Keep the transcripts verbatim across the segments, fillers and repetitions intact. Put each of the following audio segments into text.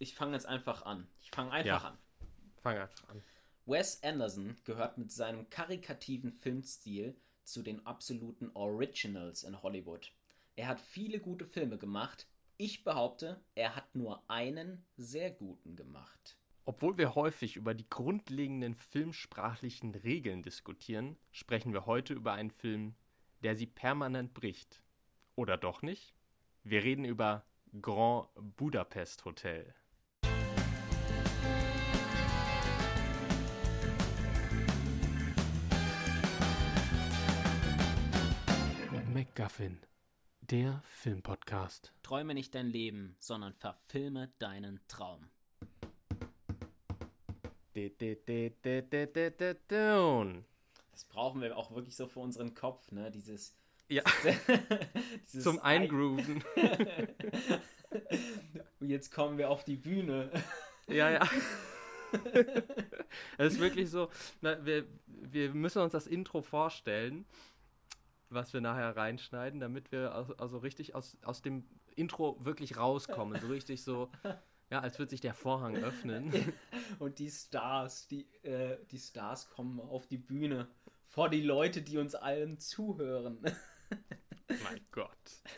ich fange jetzt einfach an. Ich fange einfach Ja. an. Fang einfach an. Wes Anderson gehört mit seinem karikativen Filmstil zu den absoluten Originals in Hollywood. Er hat viele gute Filme gemacht. Ich behaupte, er hat nur einen sehr guten gemacht. Obwohl wir häufig über die grundlegenden filmsprachlichen Regeln diskutieren, sprechen wir heute über einen Film, der sie permanent bricht. Oder doch nicht? Wir reden über Grand Budapest Hotel. MacGuffin, der Filmpodcast. Träume nicht dein Leben, sondern verfilme deinen Traum. Das brauchen wir auch wirklich so für unseren Kopf, ne? Dieses... Ja, dieses zum Eingrooven. Und jetzt kommen wir auf die Bühne. Ja, ja. Es ist wirklich so, na, wir, wir müssen uns das Intro vorstellen, was wir nachher reinschneiden, damit wir also, also richtig aus, aus dem Intro wirklich rauskommen. So richtig so, ja, als würde sich der Vorhang öffnen. Und die Stars, die, äh, die Stars kommen auf die Bühne. Vor die Leute, die uns allen zuhören. Mein Gott.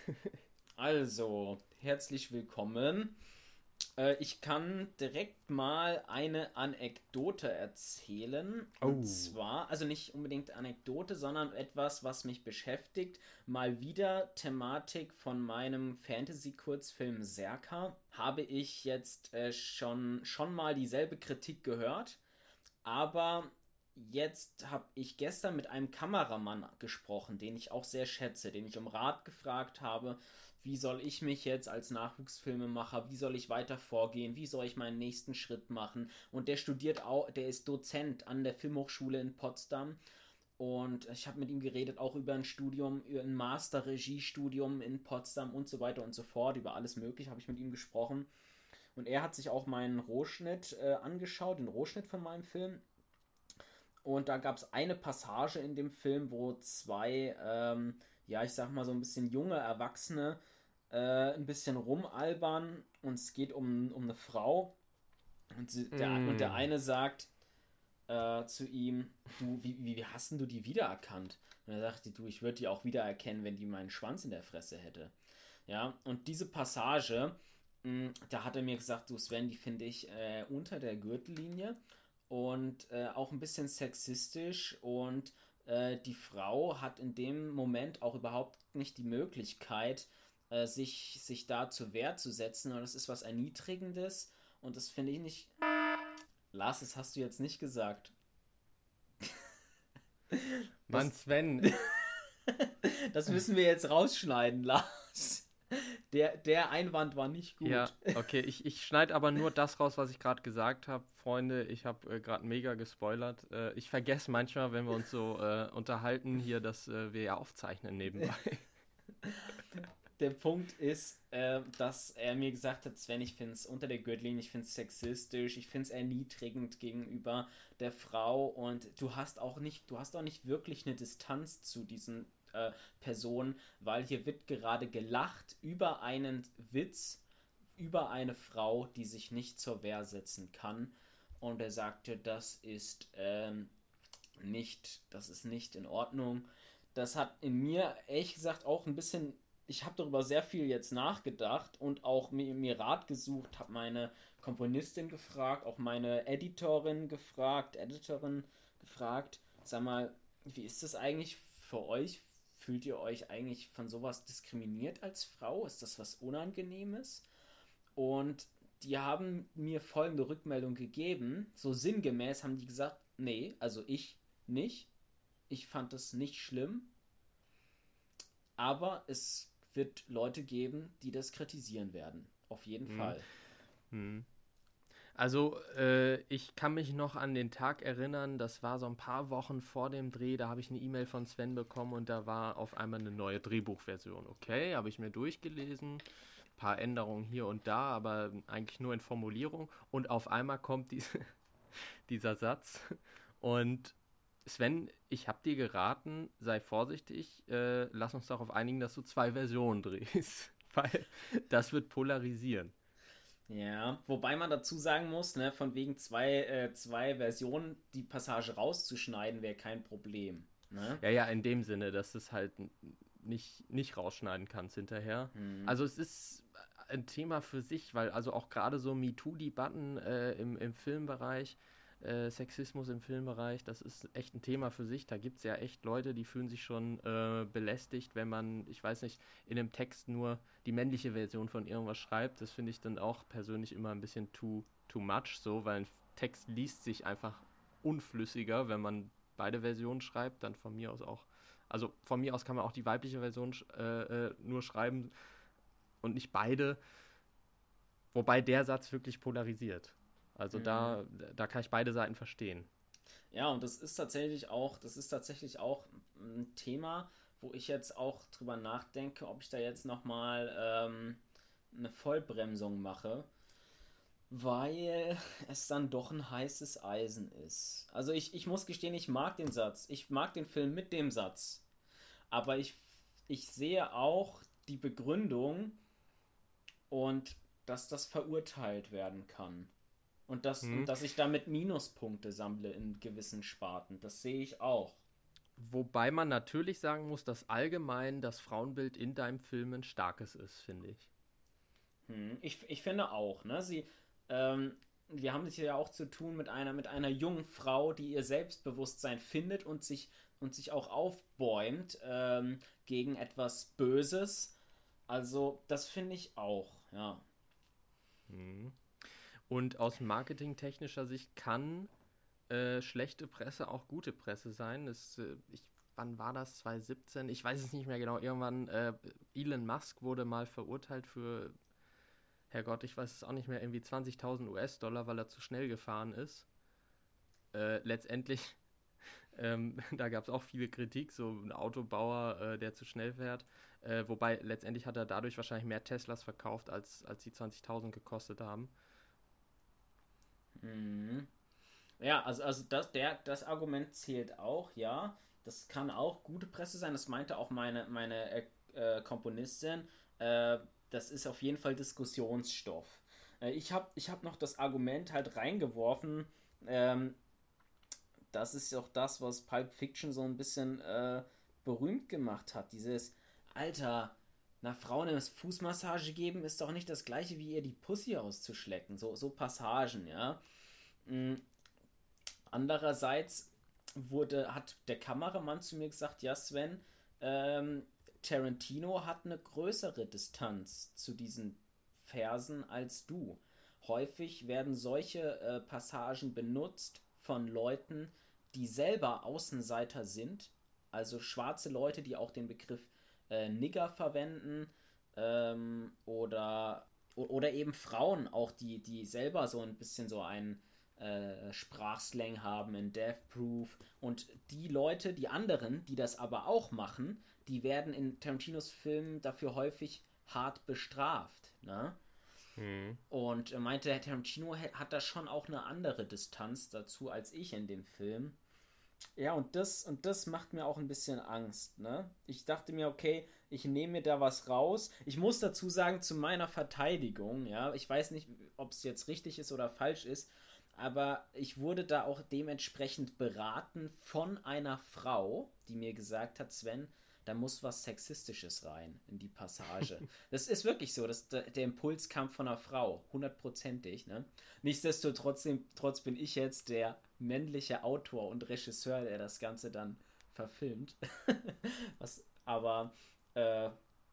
Also, herzlich willkommen. Äh, ich kann direkt mal eine Anekdote erzählen. Oh. Und zwar, also nicht unbedingt Anekdote, sondern etwas, was mich beschäftigt. Mal wieder Thematik von meinem Fantasy-Kurzfilm Serka. Habe ich jetzt äh, schon, schon mal dieselbe Kritik gehört, aber jetzt habe ich gestern mit einem Kameramann gesprochen, den ich auch sehr schätze, den ich um Rat gefragt habe, wie soll ich mich jetzt als Nachwuchsfilmemacher, wie soll ich weiter vorgehen, wie soll ich meinen nächsten Schritt machen. Und der studiert auch, der ist Dozent an der Filmhochschule in Potsdam. Und ich habe mit ihm geredet, auch über ein Studium, über ein Master-Regie-Studium in Potsdam und so weiter und so fort. Über alles Mögliche habe ich mit ihm gesprochen. Und er hat sich auch meinen Rohschnitt äh, angeschaut, den Rohschnitt von meinem Film. Und da gab es eine Passage in dem Film, wo zwei, ähm, ja, ich sag mal so ein bisschen junge Erwachsene äh, ein bisschen rumalbern. Und es geht um, um eine Frau. Und, sie, der, Mm. und der eine sagt äh, zu ihm, du, wie, wie hast denn du die wiedererkannt? Und er sagte, du, ich würde die auch wiedererkennen, wenn die meinen Schwanz in der Fresse hätte. Ja, und diese Passage, mh, da hat er mir gesagt, du Sven, die finde ich äh, unter der Gürtellinie. Und äh, auch ein bisschen sexistisch und äh, die Frau hat in dem Moment auch überhaupt nicht die Möglichkeit, äh, sich, sich da zur Wehr zu setzen, und das ist was Erniedrigendes und das finde ich nicht... Lars, das hast du jetzt nicht gesagt. Mann, Sven. Das müssen wir jetzt rausschneiden, Lars. Der, der Einwand war nicht gut. Ja, okay, ich, ich schneide aber nur das raus, was ich gerade gesagt habe. Freunde, ich habe äh, gerade mega gespoilert. Äh, ich vergesse manchmal, wenn wir uns so äh, unterhalten hier, dass äh, wir ja aufzeichnen nebenbei. Der Punkt ist, äh, dass er mir gesagt hat, Sven, ich finde es unter der Gürtellinie, ich finde es sexistisch, ich finde es erniedrigend gegenüber der Frau, und du hast auch nicht, du hast auch nicht wirklich eine Distanz zu diesen äh, Personen, weil hier wird gerade gelacht über einen Witz, über eine Frau, die sich nicht zur Wehr setzen kann, und er sagte, das ist ähm, nicht, das ist nicht in Ordnung. Das hat in mir, ehrlich gesagt, auch ein bisschen... Ich habe darüber sehr viel jetzt nachgedacht und auch mir, mir Rat gesucht, habe meine Komponistin gefragt, auch meine Editorin gefragt, Editorin gefragt, sag mal, wie ist das eigentlich für euch? Fühlt ihr euch eigentlich von sowas diskriminiert als Frau? Ist das was Unangenehmes? Und die haben mir folgende Rückmeldung gegeben, so sinngemäß haben die gesagt, nee, also ich nicht. Ich fand das nicht schlimm, aber es wird Leute geben, die das kritisieren werden. Auf jeden Hm. Fall. Hm. Also, äh, ich kann mich noch an den Tag erinnern, das war so ein paar Wochen vor dem Dreh, da habe ich eine E-Mail von Sven bekommen und da war auf einmal eine neue Drehbuchversion. Okay, habe ich mir durchgelesen, ein paar Änderungen hier und da, aber eigentlich nur in Formulierung, und auf einmal kommt diese, dieser Satz und Sven, ich habe dir geraten, sei vorsichtig, äh, lass uns darauf einigen, dass du zwei Versionen drehst, weil das wird polarisieren. Ja, wobei man dazu sagen muss, ne, von wegen zwei, äh, zwei Versionen die Passage rauszuschneiden, wäre kein Problem. Ne? Ja, ja, in dem Sinne, dass du es halt n- nicht, nicht rausschneiden kannst hinterher. Hm. Also es ist ein Thema für sich, weil also auch gerade so MeToo-Debatten äh, im, im Filmbereich, äh, Sexismus im Filmbereich, das ist echt ein Thema für sich. Da gibt es ja echt Leute, die fühlen sich schon äh, belästigt, wenn man, ich weiß nicht, in einem Text nur die männliche Version von irgendwas schreibt. Das finde ich dann auch persönlich immer ein bisschen too, too much so, weil ein Text liest sich einfach unflüssiger, wenn man beide Versionen schreibt, dann von mir aus auch, also von mir aus kann man auch die weibliche Version äh, äh, nur schreiben und nicht beide, wobei der Satz wirklich polarisiert. Also Mhm. da, da kann ich beide Seiten verstehen. Ja, und das ist tatsächlich auch, das ist tatsächlich auch ein Thema, wo ich jetzt auch drüber nachdenke, ob ich da jetzt nochmal ähm, eine Vollbremsung mache, weil es dann doch ein heißes Eisen ist. Also ich, ich muss gestehen, ich mag den Satz. Ich mag den Film mit dem Satz. Aber ich, ich sehe auch die Begründung und dass das verurteilt werden kann. Und, das, Hm. und dass ich damit Minuspunkte sammle in gewissen Sparten. Das sehe ich auch. Wobei man natürlich sagen muss, dass allgemein das Frauenbild in deinem Film ein starkes ist, finde ich. Hm. Ich, ich finde auch, ne? Sie, ähm, wir haben es hier ja auch zu tun mit einer, mit einer jungen Frau, die ihr Selbstbewusstsein findet und sich, und sich auch aufbäumt ähm, gegen etwas Böses. Also, das finde ich auch, ja. Hm. Und aus marketingtechnischer Sicht kann äh, schlechte Presse auch gute Presse sein. Es, äh, ich, wann war das? zwanzig siebzehn? Ich weiß es nicht mehr genau. Irgendwann, äh, Elon Musk wurde mal verurteilt für, Herrgott, ich weiß es auch nicht mehr, irgendwie zwanzigtausend U S-Dollar, weil er zu schnell gefahren ist. Äh, letztendlich, ähm, da gab es auch viele Kritik, so ein Autobauer, äh, der zu schnell fährt. Äh, wobei letztendlich hat er dadurch wahrscheinlich mehr Teslas verkauft, als, als die zwanzigtausend gekostet haben. Mhm. Ja, also, also das, der, das Argument zählt auch, ja. Das kann auch gute Presse sein. Das meinte auch meine, meine äh, äh, Komponistin. Äh, das ist auf jeden Fall Diskussionsstoff. Äh, ich habe ich hab noch das Argument halt reingeworfen. Ähm, das ist auch das, was Pulp Fiction so ein bisschen äh, berühmt gemacht hat. Dieses, Alter, einer Frau eine Fußmassage geben ist doch nicht das gleiche wie ihr die Pussy auszuschlecken. So, so Passagen, ja. Mm, Andererseits wurde, hat der Kameramann zu mir gesagt, ja Sven, ähm, Tarantino hat eine größere Distanz zu diesen Versen als du. Häufig werden solche äh, Passagen benutzt von Leuten, die selber Außenseiter sind, also schwarze Leute, die auch den Begriff äh, Nigger verwenden ähm, oder, oder eben Frauen auch, die, die selber so ein bisschen so einen äh, Sprachslang haben in Death Proof. Und die Leute, die anderen, die das aber auch machen, die werden in Tarantinos Filmen dafür häufig hart bestraft. Ne? Hm. Und er meinte, Herr Tarantino hat da schon auch eine andere Distanz dazu als ich in dem Film. Ja, und das, und das macht mir auch ein bisschen Angst, ne? Ich dachte mir, okay, ich nehme mir da was raus. Ich muss dazu sagen, zu meiner Verteidigung, ja, ich weiß nicht, ob es jetzt richtig ist oder falsch ist, aber ich wurde da auch dementsprechend beraten von einer Frau, die mir gesagt hat, Sven, da muss was Sexistisches rein in die Passage. Das ist wirklich so, das, der, der Impuls kam von einer Frau, hundertprozentig. Ne? Nichtsdestotrotz trotz bin ich jetzt der männliche Autor und Regisseur, der das Ganze dann verfilmt. Was, aber äh,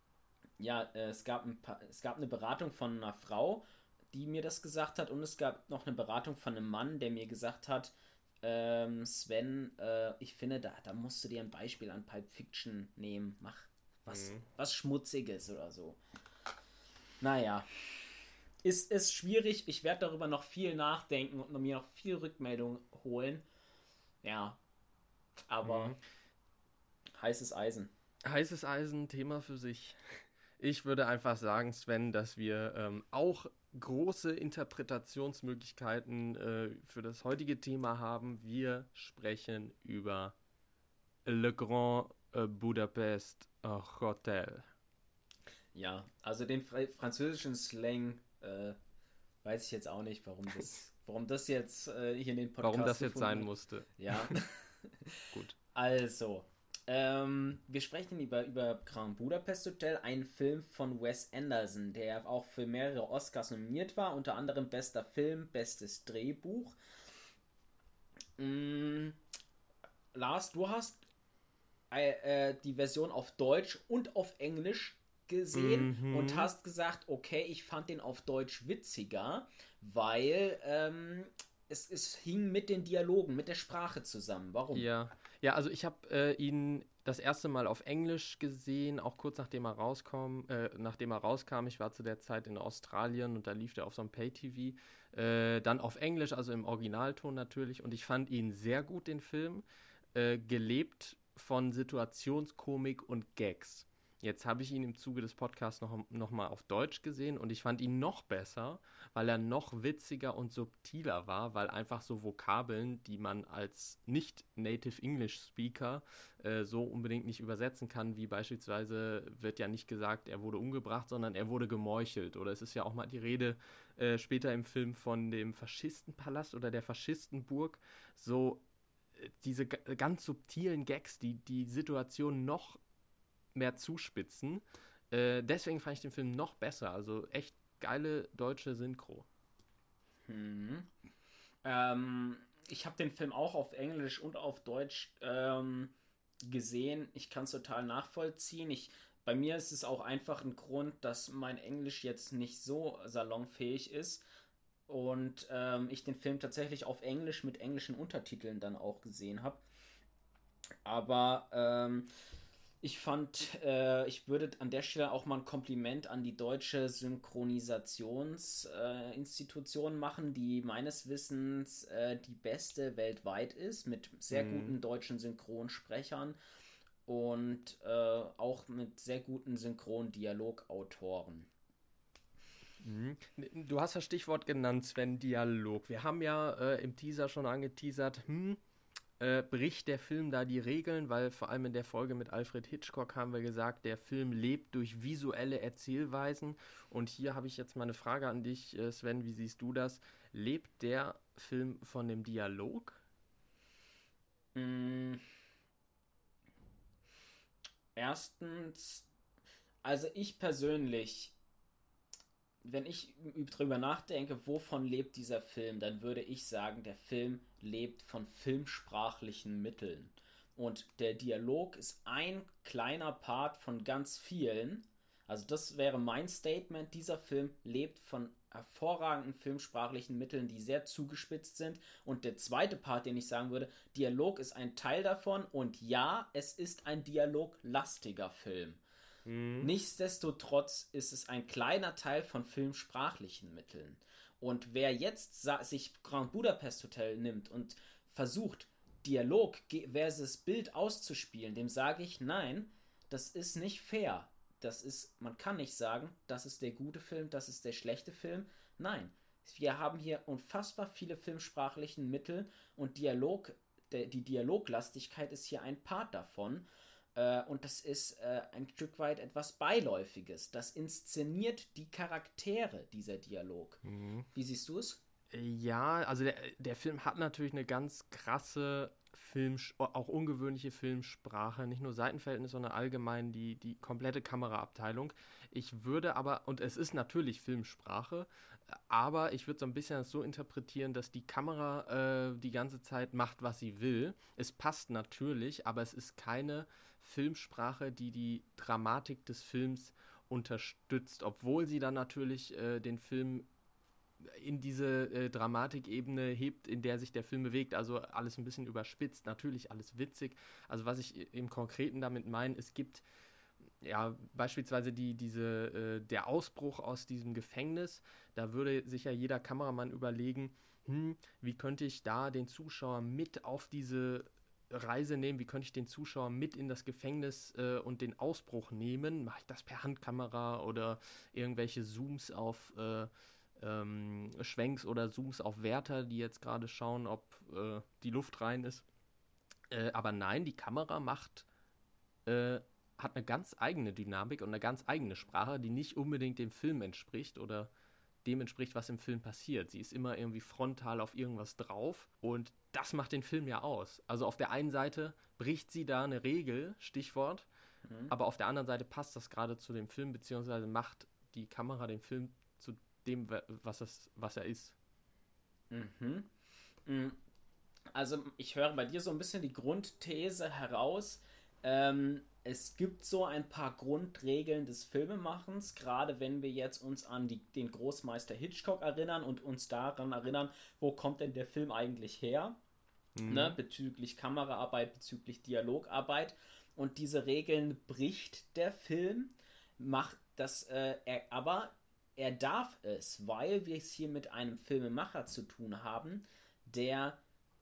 ja, äh, es, gab ein paar, es gab eine Beratung von einer Frau, die mir das gesagt hat, und es gab noch eine Beratung von einem Mann, der mir gesagt hat, ähm, Sven, äh, ich finde, da, da musst du dir ein Beispiel an Pulp Fiction nehmen. Mach was, Hm. was Schmutziges oder so. Naja, ist, ist schwierig. Ich werde darüber noch viel nachdenken und mir noch viel Rückmeldung holen. Ja, aber Hm. heißes Eisen. Heißes Eisen, Thema für sich. Ich würde einfach sagen, Sven, dass wir ähm, auch große Interpretationsmöglichkeiten äh, für das heutige Thema haben. Wir sprechen über Le Grand äh, Budapest äh, Hotel. Ja, also den Fra französischen Slang, äh, Weiß ich jetzt auch nicht, warum das, warum das jetzt äh, hier in den Podcast Warum das jetzt gefunden sein hat. musste. Ja. Gut. Also, ähm, wir sprechen über, über Grand Budapest Hotel, ein Film von Wes Anderson, der auch für mehrere Oscars nominiert war, unter anderem bester Film, bestes Drehbuch. Mm, Lars, du hast äh, äh, die Version auf Deutsch und auf Englisch gesehen Mhm. und hast gesagt, okay, ich fand den auf Deutsch witziger, weil ähm, es, es hing mit den Dialogen, mit der Sprache zusammen. Warum? Ja, ja, also ich habe äh, ihn das erste Mal auf Englisch gesehen, auch kurz nachdem er rauskam, äh, nachdem er rauskam. Ich war zu der Zeit in Australien und da lief der auf so einem Pay-T V. Äh, dann auf Englisch, also im Originalton natürlich. Und ich fand ihn sehr gut, den Film, äh, gelebt von Situationskomik und Gags. Jetzt habe ich ihn im Zuge des Podcasts noch, noch mal auf Deutsch gesehen und ich fand ihn noch besser, weil er noch witziger und subtiler war, weil einfach so Vokabeln, die man als nicht-Native English Speaker äh, so unbedingt nicht übersetzen kann, wie beispielsweise wird ja nicht gesagt, er wurde umgebracht, sondern er wurde gemeuchelt. Oder es ist ja auch mal die Rede äh, später im Film von dem Faschistenpalast oder der Faschistenburg. So äh, diese g- ganz subtilen Gags, die die Situation noch mehr zuspitzen. Äh, deswegen fand ich den Film noch besser. Also echt geile deutsche Synchro. Hm. Ähm, ich habe den Film auch auf Englisch und auf Deutsch ähm, gesehen. Ich kann es total nachvollziehen. Ich, bei mir ist es auch einfach ein Grund, dass mein Englisch jetzt nicht so salonfähig ist und ähm, ich den Film tatsächlich auf Englisch mit englischen Untertiteln dann auch gesehen habe. Aber ähm, ich fand, äh, ich würde an der Stelle auch mal ein Kompliment an die deutsche Synchronisationsinstitution äh, Institution machen, die meines Wissens äh, die beste weltweit ist, mit sehr Mhm. guten deutschen Synchronsprechern und äh, auch mit sehr guten Synchrondialogautoren. Mhm. Du hast das Stichwort genannt, Sven, Dialog. Wir haben ja äh, im Teaser schon angeteasert, hm, äh, bricht der Film da die Regeln, weil vor allem in der Folge mit Alfred Hitchcock haben wir gesagt, der Film lebt durch visuelle Erzählweisen. Und hier habe ich jetzt mal eine Frage an dich, äh, Sven, wie siehst du das? Lebt der Film von dem Dialog? Mm, Erstens, also ich persönlich, wenn ich drüber nachdenke, wovon lebt dieser Film, dann würde ich sagen, der Film lebt von filmsprachlichen Mitteln. Und der Dialog ist ein kleiner Part von ganz vielen. Also das wäre mein Statement. Dieser Film lebt von hervorragenden filmsprachlichen Mitteln, die sehr zugespitzt sind. Und der zweite Part, den ich sagen würde, Dialog ist ein Teil davon. Und ja, es ist ein dialoglastiger Film. Mhm. Nichtsdestotrotz ist es ein kleiner Teil von filmsprachlichen Mitteln. Und wer jetzt sa- sich Grand Budapest Hotel nimmt und versucht, Dialog ge- versus Bild auszuspielen, dem sage ich, nein, das ist nicht fair. Das ist, man kann nicht sagen, das ist der gute Film, das ist der schlechte Film. Nein, wir haben hier unfassbar viele filmsprachlichen Mittel und Dialog, der, die Dialoglastigkeit ist hier ein Part davon. Äh, und das ist äh, ein Stück weit etwas Beiläufiges. Das inszeniert die Charaktere, dieser Dialog. Mhm. Wie siehst du es? Ja, also der, der Film hat natürlich eine ganz krasse Film, auch ungewöhnliche Filmsprache, nicht nur Seitenverhältnis, sondern allgemein die, die komplette Kameraabteilung. Ich würde aber, und es ist natürlich Filmsprache, aber ich würde so ein bisschen das so interpretieren, dass die Kamera äh, die ganze Zeit macht, was sie will. Es passt natürlich, aber es ist keine Filmsprache, die die Dramatik des Films unterstützt, obwohl sie dann natürlich äh, den Film in diese äh, Dramatikebene hebt, in der sich der Film bewegt. Also alles ein bisschen überspitzt, natürlich alles witzig. Also was ich im Konkreten damit meine, es gibt ja beispielsweise die, diese, äh, der Ausbruch aus diesem Gefängnis. Da würde sich ja jeder Kameramann überlegen, hm, wie könnte ich da den Zuschauer mit auf diese Reise nehmen, wie könnte ich den Zuschauer mit in das Gefängnis äh, und den Ausbruch nehmen? Mache ich das per Handkamera oder irgendwelche Zooms auf äh, ähm, Schwenks oder Zooms auf Wärter, die jetzt gerade schauen, ob äh, die Luft rein ist. Äh, aber nein, die Kamera macht, äh, hat eine ganz eigene Dynamik und eine ganz eigene Sprache, die nicht unbedingt dem Film entspricht oder dem entspricht, was im Film passiert. Sie ist immer irgendwie frontal auf irgendwas drauf und das macht den Film ja aus. Also auf der einen Seite bricht sie da eine Regel, Stichwort, Mhm. aber auf der anderen Seite passt das gerade zu dem Film, beziehungsweise macht die Kamera den Film zu dem, was, es, was er ist. Mhm. Mhm. Also ich höre bei dir so ein bisschen die Grundthese heraus. Ähm, es gibt so ein paar Grundregeln des Filmemachens, gerade wenn wir jetzt uns an die, den Großmeister Hitchcock erinnern und uns daran erinnern, wo kommt denn der Film eigentlich her? Ne, Mhm. bezüglich Kameraarbeit, bezüglich Dialogarbeit. Und diese Regeln bricht der Film, macht das, äh, er, aber er darf es, weil wir es hier mit einem Filmemacher zu tun haben, der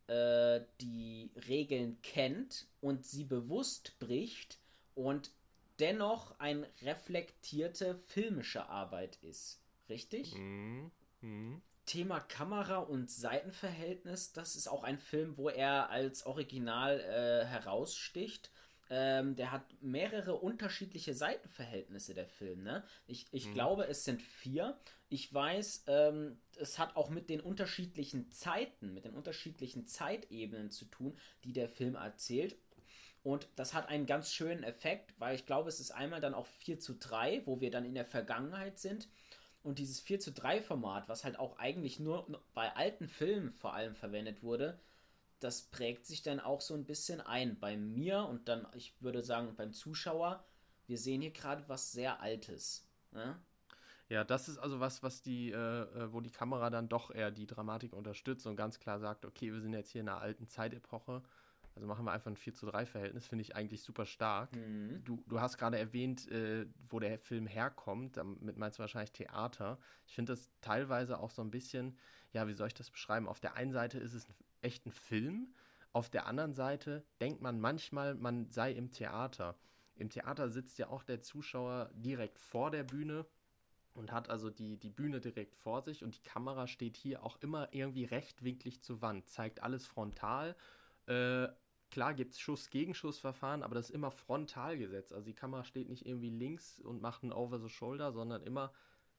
äh, die Regeln kennt und sie bewusst bricht und dennoch eine reflektierte filmische Arbeit ist. Richtig? Mhm. Mhm. Thema Kamera und Seitenverhältnis, das ist auch ein Film, wo er als Original äh, heraussticht. Ähm, der hat mehrere unterschiedliche Seitenverhältnisse, der Film. Ne? Ich, ich Mhm. glaube, es sind vier. Ich weiß, ähm, es hat auch mit den unterschiedlichen Zeiten, mit den unterschiedlichen Zeitebenen zu tun, die der Film erzählt. Und das hat einen ganz schönen Effekt, weil ich glaube, es ist einmal dann auch vier zu drei, wo wir dann in der Vergangenheit sind. Und dieses vier zu drei Format, was halt auch eigentlich nur bei alten Filmen vor allem verwendet wurde, das prägt sich dann auch so ein bisschen ein bei mir und dann, ich würde sagen, beim Zuschauer. Wir sehen hier gerade was sehr Altes. Ne? Ja, das ist also was, was die, äh, äh, wo die Kamera dann doch eher die Dramatik unterstützt und ganz klar sagt, okay, wir sind jetzt hier in einer alten Zeitepoche, also machen wir einfach ein vier zu drei Verhältnis, finde ich eigentlich super stark. Hm. Du, du hast gerade erwähnt, äh, wo der Film herkommt, damit meinst du wahrscheinlich Theater. Ich finde das teilweise auch so ein bisschen, ja, wie soll ich das beschreiben? Auf der einen Seite ist es ein, echt ein Film, auf der anderen Seite denkt man manchmal, man sei im Theater. Im Theater sitzt ja auch der Zuschauer direkt vor der Bühne und hat also die, die Bühne direkt vor sich und die Kamera steht hier auch immer irgendwie rechtwinklig zur Wand, zeigt alles frontal. Äh, klar gibt es Schuss-Gegenschuss-Verfahren, aber das ist immer frontal gesetzt. Also die Kamera steht nicht irgendwie links und macht einen Over-the-Shoulder, sondern immer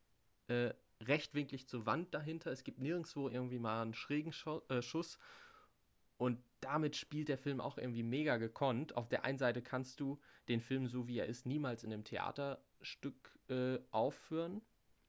äh, rechtwinklig zur Wand dahinter. Es gibt nirgendwo irgendwie mal einen schrägen Scho äh, Schuss. Und damit spielt der Film auch irgendwie mega gekonnt. Auf der einen Seite kannst du den Film, so wie er ist, niemals in einem Theaterstück äh, aufführen.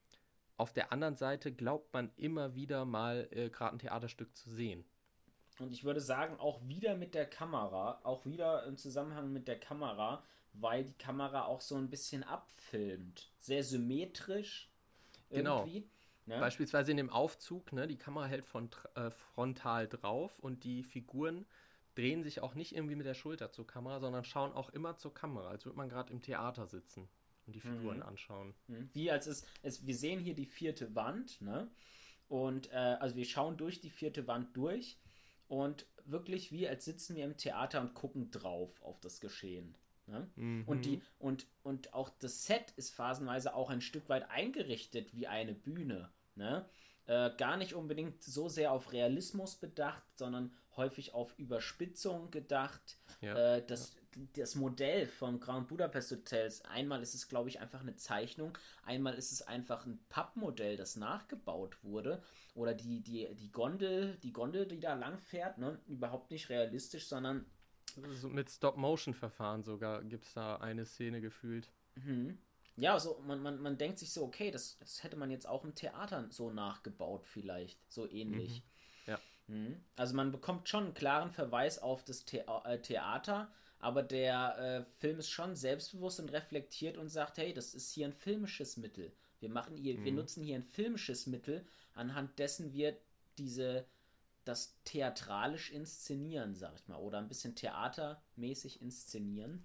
Auf der anderen Seite glaubt man immer wieder mal äh, gerade ein Theaterstück zu sehen. Und ich würde sagen, auch wieder mit der Kamera, auch wieder im Zusammenhang mit der Kamera, weil die Kamera auch so ein bisschen abfilmt. Sehr symmetrisch Genau. irgendwie. Ne? Beispielsweise in dem Aufzug, ne, die Kamera hält von, äh, frontal drauf und die Figuren drehen sich auch nicht irgendwie mit der Schulter zur Kamera, sondern schauen auch immer zur Kamera, als würde man gerade im Theater sitzen und die Figuren Mhm. anschauen. Mhm. Wie als es, es, wir sehen hier die vierte Wand, ne? Und äh, also wir schauen durch die vierte Wand durch und wirklich wie als sitzen wir im Theater und gucken drauf auf das Geschehen. Ne? Und die Mhm. und und auch das Set ist phasenweise auch ein Stück weit eingerichtet wie eine Bühne. Ne? Äh, gar nicht unbedingt so sehr auf Realismus bedacht, sondern häufig auf Überspitzung gedacht. Ja. Äh, Ja. das, das Modell vom Grand Budapest Hotels, einmal ist es, glaube ich, einfach eine Zeichnung, einmal ist es einfach ein Pappmodell, das nachgebaut wurde. Oder die, die, die Gondel, die Gondel, die da lang fährt, ne? Überhaupt nicht realistisch, sondern So mit Stop-Motion-Verfahren sogar gibt es da eine Szene gefühlt. mhm. Ja, so, man, man, man denkt sich so, okay, das, das hätte man jetzt auch im Theater so nachgebaut, vielleicht, so Mhm. ähnlich. Ja. Mhm. Also man bekommt schon einen klaren Verweis auf das The äh, Theater, aber der äh, Film ist schon selbstbewusst und reflektiert und sagt, hey, das ist hier ein filmisches Mittel. Wir machen hier, wir Mhm. nutzen hier ein filmisches Mittel, anhand dessen wir diese das theatralisch inszenieren, sag ich mal, oder ein bisschen theatermäßig inszenieren.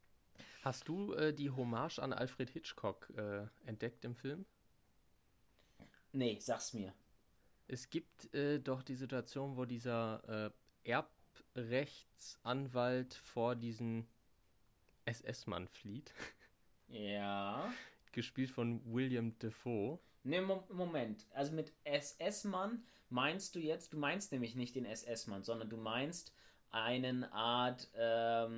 Hast du äh, die Hommage an Alfred Hitchcock äh, entdeckt im Film? Nee, sag's mir. Es gibt äh, doch die Situation, wo dieser äh, Erbrechtsanwalt vor diesen S S-Mann flieht, Ja. gespielt von William Dafoe. Ne, Mo Moment. Also mit S S-Mann meinst du jetzt, du meinst nämlich nicht den S S-Mann, sondern du meinst einen Art ähm,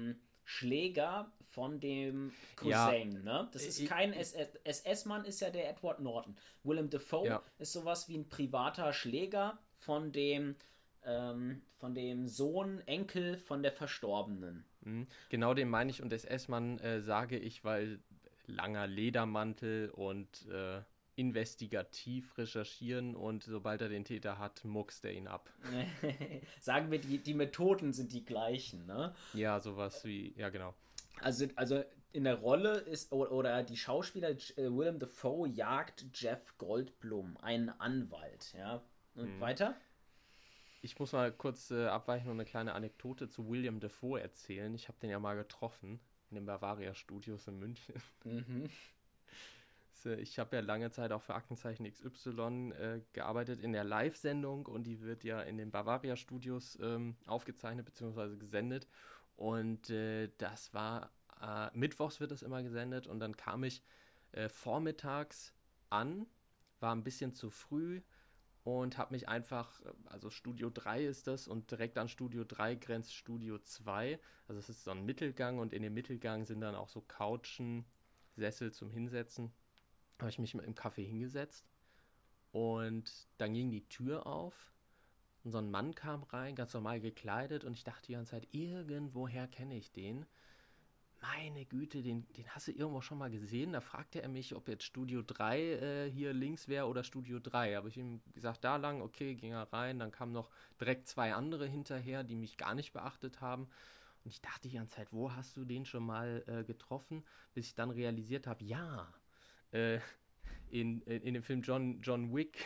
Schläger von dem Cousin, ja. ne? Das ist Ich, kein S S-Mann, ist ja der Edward Norton. Willem Dafoe ja. ist sowas wie ein privater Schläger von dem, ähm, von dem Sohn, Enkel von der Verstorbenen. Mhm. Genau den meine ich und S S-Mann äh, sage ich, weil langer Ledermantel und äh, investigativ recherchieren und sobald er den Täter hat, muckst er ihn ab. Sagen wir, die, die Methoden sind die gleichen, ne? Ja, sowas wie, ja genau. Also, also in der Rolle ist, oder, oder die Schauspieler, äh, Willem Dafoe jagt Jeff Goldblum, einen Anwalt, ja. Und hm. weiter? Ich muss mal kurz äh, abweichen und eine kleine Anekdote zu Willem Dafoe erzählen. Ich habe den ja mal getroffen in den Bavaria Studios in München. Mhm. Ich habe ja lange Zeit auch für Aktenzeichen X Y äh, gearbeitet in der Live-Sendung und die wird ja in den Bavaria Studios ähm, aufgezeichnet bzw. gesendet und äh, das war, äh, mittwochs wird das immer gesendet und dann kam ich äh, vormittags an, war ein bisschen zu früh und habe mich einfach, also Studio drei ist das und direkt an Studio drei grenzt Studio zwei, also es ist so ein Mittelgang und in dem Mittelgang sind dann auch so Couchen, Sessel zum Hinsetzen. Habe ich mich im Café hingesetzt und dann ging die Tür auf und so ein Mann kam rein, ganz normal gekleidet und ich dachte die ganze Zeit, irgendwoher kenne ich den. Meine Güte, den, den hast du irgendwo schon mal gesehen. Da fragte er mich, ob jetzt Studio drei äh, hier links wäre oder Studio drei. Habe ich ihm gesagt, da lang, okay, ging er rein. Dann kamen noch direkt zwei andere hinterher, die mich gar nicht beachtet haben. Und ich dachte die ganze Zeit, wo hast du den schon mal äh, getroffen? Bis ich dann realisiert habe, ja, Äh, in, in, in dem Film John, John Wick.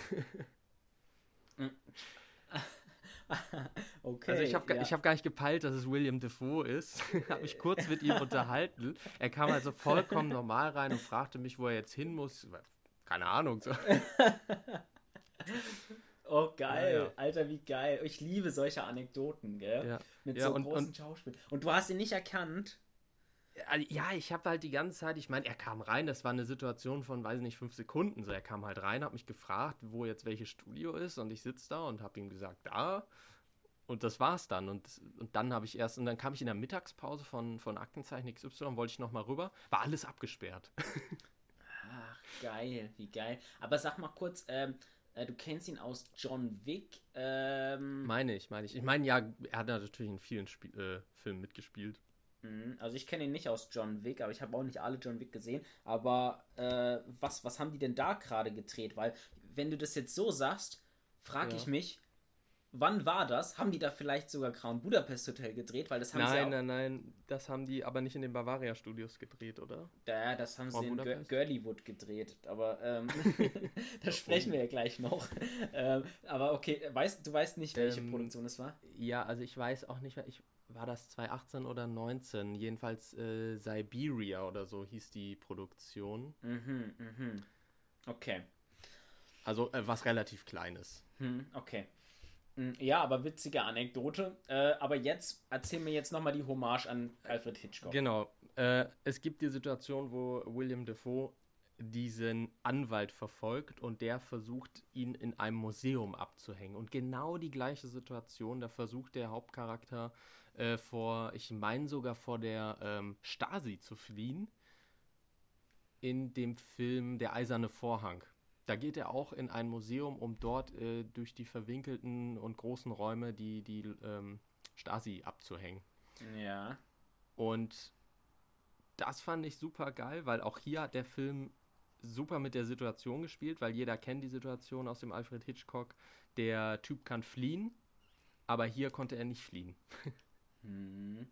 Okay. Also ich habe ja. ich hab gar nicht gepeilt, dass es Willem Dafoe ist. Habe mich kurz mit ihm unterhalten. Er kam also vollkommen normal rein und fragte mich, wo er jetzt hin muss. Keine Ahnung. So. Oh, geil. Ja, ja. Alter, wie geil. Ich liebe solche Anekdoten, gell? Ja. Mit ja, so und, großen und, Schauspielern. Und du hast ihn nicht erkannt? Ja, ich habe halt die ganze Zeit, ich meine, er kam rein, das war eine Situation von, weiß ich nicht, fünf Sekunden. So, er kam halt rein, hat mich gefragt, wo jetzt welches Studio ist und ich sitze da und habe ihm gesagt, da. Und das war's dann. Und, und dann habe ich erst, und dann kam ich in der Mittagspause von, von Aktenzeichen X Y, wollte ich nochmal rüber, war alles abgesperrt. Ach, geil, wie geil. Aber sag mal kurz, ähm, äh, du kennst ihn aus John Wick. Ähm, meine ich, meine ich. Ich meine, ja, er hat natürlich in vielen Spiel, äh, Filmen mitgespielt. Also ich kenne ihn nicht aus John Wick, aber ich habe auch nicht alle John Wick gesehen. Aber äh, was, was haben die denn da gerade gedreht? Weil, wenn du das jetzt so sagst, frage ja. ich mich, wann war das? Haben die da vielleicht sogar Crown Budapest Hotel gedreht? Weil das haben nein, sie auch... nein, nein, das haben die aber nicht in den Bavaria Studios gedreht, oder? Ja, das haben Crown sie in Budapest? Girlywood gedreht. Aber ähm, da sprechen wir ja gleich noch. ähm, aber okay, weißt, du weißt nicht, welche ähm, Produktion es war? Ja, also ich weiß auch nicht, ich... War das zwanzig achtzehn oder neunzehn? Jedenfalls äh, Siberia oder so hieß die Produktion. Mhm, mhm. Okay. Also äh, was relativ Kleines. Hm, okay. Ja, aber witzige Anekdote. Äh, aber jetzt, erzähl mir jetzt nochmal die Hommage an Alfred Hitchcock. Genau. Äh, es gibt die Situation, wo Willem Dafoe diesen Anwalt verfolgt und der versucht, ihn in einem Museum abzuhängen. Und genau die gleiche Situation, da versucht der Hauptcharakter äh, vor, ich meine sogar vor der ähm, Stasi zu fliehen, in dem Film Der Eiserne Vorhang. Da geht er auch in ein Museum, um dort äh, durch die verwinkelten und großen Räume die, die ähm, Stasi abzuhängen. Ja. Und das fand ich super geil, weil auch hier hat der Film super mit der Situation gespielt, weil jeder kennt die Situation aus dem Alfred Hitchcock. Der Typ kann fliehen, aber hier konnte er nicht fliehen. hm.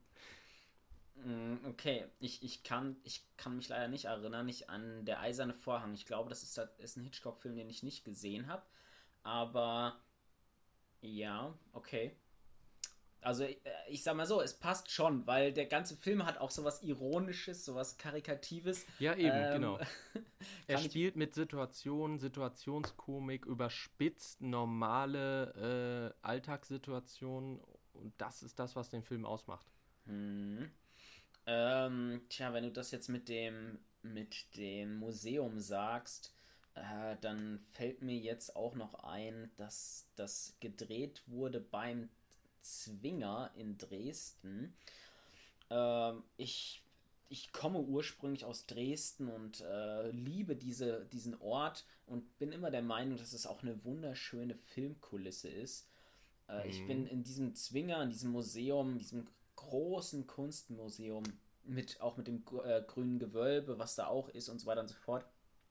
Okay, ich, ich, kann, ich kann mich leider nicht erinnern, nicht an Der Eiserne Vorhang. Ich glaube, das ist, das ist ein Hitchcock-Film, den ich nicht gesehen habe. Aber ja, okay. Also ich, ich sag mal so, es passt schon, weil der ganze Film hat auch sowas Ironisches, sowas Karikatives. Ja, eben, ähm, genau. Er spielt mit Situationen, Situationskomik, überspitzt normale äh, Alltagssituationen und das ist das, was den Film ausmacht. Hm. Ähm, tja, wenn du das jetzt mit dem, mit dem Museum sagst, äh, dann fällt mir jetzt auch noch ein, dass das gedreht wurde beim Zwinger in Dresden Ähm, ich, ich komme ursprünglich aus Dresden und äh, liebe diese, diesen Ort und bin immer der Meinung, dass es auch eine wunderschöne Filmkulisse ist. Äh, ich bin Mhm. in diesem Zwinger, in diesem Museum, diesem großen Kunstmuseum, mit, auch mit dem äh, grünen Gewölbe, was da auch ist und so weiter und so fort.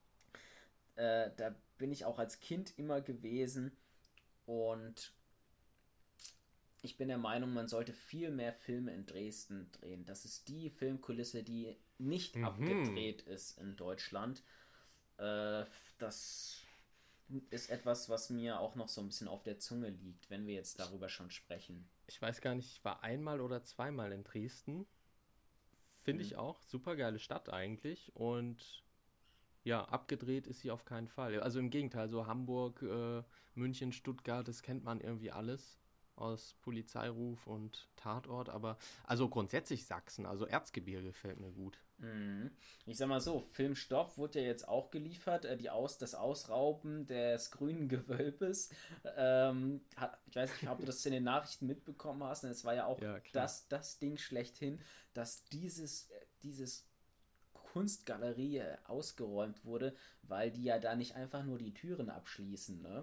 Äh, da bin ich auch als Kind immer gewesen und ich bin der Meinung, man sollte viel mehr Filme in Dresden drehen. Das ist die Filmkulisse, die nicht Mhm. abgedreht ist in Deutschland. Äh, das ist etwas, was mir auch noch so ein bisschen auf der Zunge liegt, wenn wir jetzt Ich, darüber schon sprechen. ich weiß gar nicht, ich war einmal oder zweimal in Dresden. Finde Hm? ich auch. Super geile Stadt eigentlich. Und ja, abgedreht ist sie auf keinen Fall. Also im Gegenteil, so Hamburg, äh, München, Stuttgart, das kennt man irgendwie alles aus Polizeiruf und Tatort. Aber also grundsätzlich Sachsen, also Erzgebirge gefällt mir gut. Mhm. Ich sag mal so, Filmstoff wurde ja jetzt auch geliefert, äh, die Aus, das Ausrauben des grünen Gewölbes. Ähm, ha- ich weiß nicht, ob du das in den Nachrichten mitbekommen hast, und es war ja auch Ja, klar. das, das Ding schlechthin, dass dieses, äh, dieses Kunstgalerie äh, ausgeräumt wurde, weil die ja da nicht einfach nur die Türen abschließen, ne?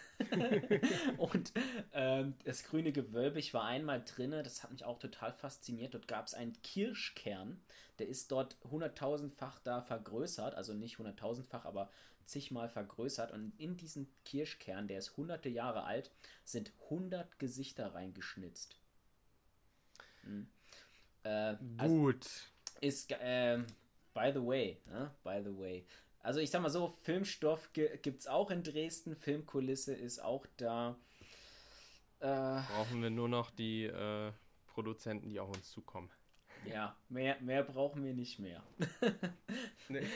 Und ähm, das grüne Gewölbe, ich war einmal drinne, das hat mich auch total fasziniert. Dort gab es einen Kirschkern, der ist dort hunderttausendfach da vergrößert, also nicht hunderttausendfach, aber zigmal vergrößert. Und in diesen Kirschkern, der ist hunderte Jahre alt, sind hundert Gesichter reingeschnitzt. Hm. Äh, also Gut. ist, äh, by the way, ne? By the way. Also ich sag mal so, Filmstoff gi- gibt's auch in Dresden, Filmkulisse ist auch da. Äh, Brauchen wir nur noch die äh, Produzenten, die auf uns zukommen. ja, mehr, mehr brauchen wir nicht mehr. Nee.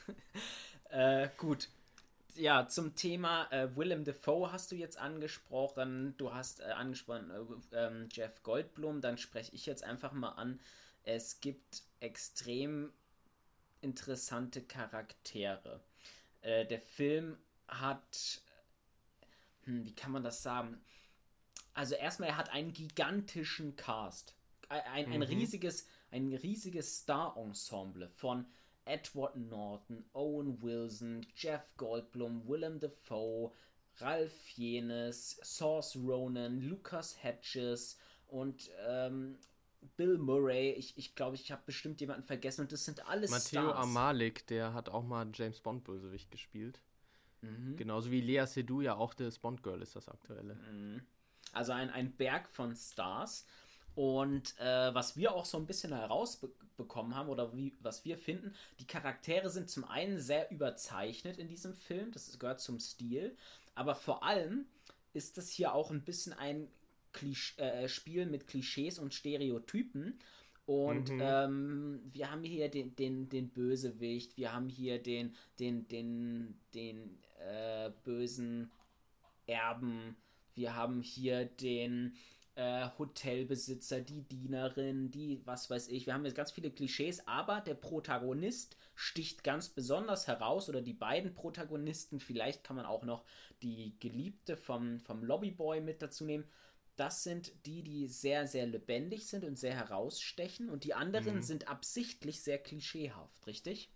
Äh, gut. Ja, zum Thema äh, Willem Dafoe hast du jetzt angesprochen. Du hast äh, angesprochen äh, ähm, Jeff Goldblum. Dann spreche ich jetzt einfach mal an. Es gibt extrem interessante Charaktere. Äh, der Film hat, hm, wie kann man das sagen? Also erstmal, er hat einen gigantischen Cast. Ein, ein Mhm. riesiges, ein riesiges Star-Ensemble von Edward Norton, Owen Wilson, Jeff Goldblum, Willem Dafoe, Ralph Fiennes, Saoirse Ronan, Lucas Hedges und ähm, Bill Murray. Ich, ich glaube, ich habe bestimmt jemanden vergessen und das sind alles Matteo Stars. Amalik, der hat auch mal James Bond Bösewicht gespielt. Mhm. Genauso wie Lea Seydoux ja auch das Bond Girl ist, das aktuelle. Mhm. Also ein, ein Berg von Stars. Und äh, was wir auch so ein bisschen herausbekommen haben oder wie, was wir finden, die Charaktere sind zum einen sehr überzeichnet in diesem Film, das gehört zum Stil, aber vor allem ist das hier auch ein bisschen ein Klisch äh, Spiel mit Klischees und Stereotypen. Und Mhm. ähm, wir haben hier den, den, den Bösewicht, wir haben hier den, den, den, den äh, bösen Erben. Wir haben hier den äh, Hotelbesitzer, die Dienerin, die was weiß ich. Wir haben jetzt ganz viele Klischees, aber der Protagonist sticht ganz besonders heraus oder die beiden Protagonisten. Vielleicht kann man auch noch die Geliebte vom, vom Lobbyboy mit dazu nehmen. Das sind die, die sehr, sehr lebendig sind und sehr herausstechen und die anderen Mhm. sind absichtlich sehr klischeehaft, richtig?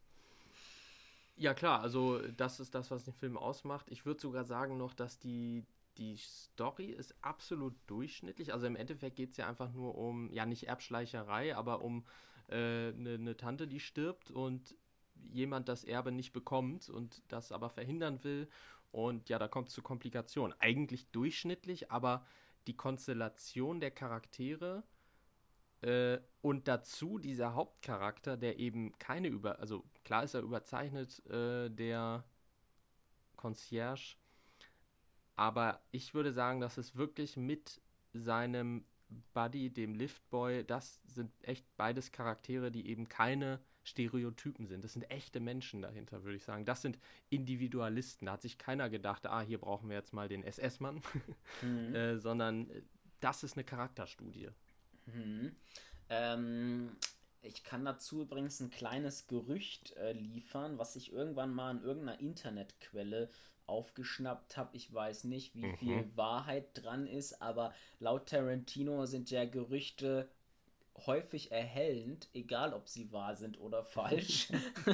Ja, klar, also das ist das, was den Film ausmacht. Ich würde sogar sagen noch, dass die, die Story ist absolut durchschnittlich. Also im Endeffekt geht es ja einfach nur um, ja, nicht Erbschleicherei, aber um eine äh, ne ne Tante, die stirbt und jemand das Erbe nicht bekommt und das aber verhindern will. Und ja, da kommt es zu Komplikationen. Eigentlich durchschnittlich, aber die Konstellation der Charaktere äh, und dazu dieser Hauptcharakter, der eben keine über, also klar ist er überzeichnet, äh, der Concierge, aber ich würde sagen, dass es wirklich mit seinem Buddy, dem Liftboy, das sind echt beides Charaktere, die eben keine Stereotypen sind. Das sind echte Menschen dahinter, würde ich sagen. Das sind Individualisten. Da hat sich keiner gedacht, ah, hier brauchen wir jetzt mal den S S-Mann, Mhm. äh, sondern äh, das ist eine Charakterstudie. Mhm. Ähm, ich kann dazu übrigens ein kleines Gerücht äh, liefern, was ich irgendwann mal in irgendeiner Internetquelle aufgeschnappt habe. Ich weiß nicht, wie Mhm. viel Wahrheit dran ist, aber laut Tarantino sind ja Gerüchte häufig erhellend, egal ob sie wahr sind oder falsch.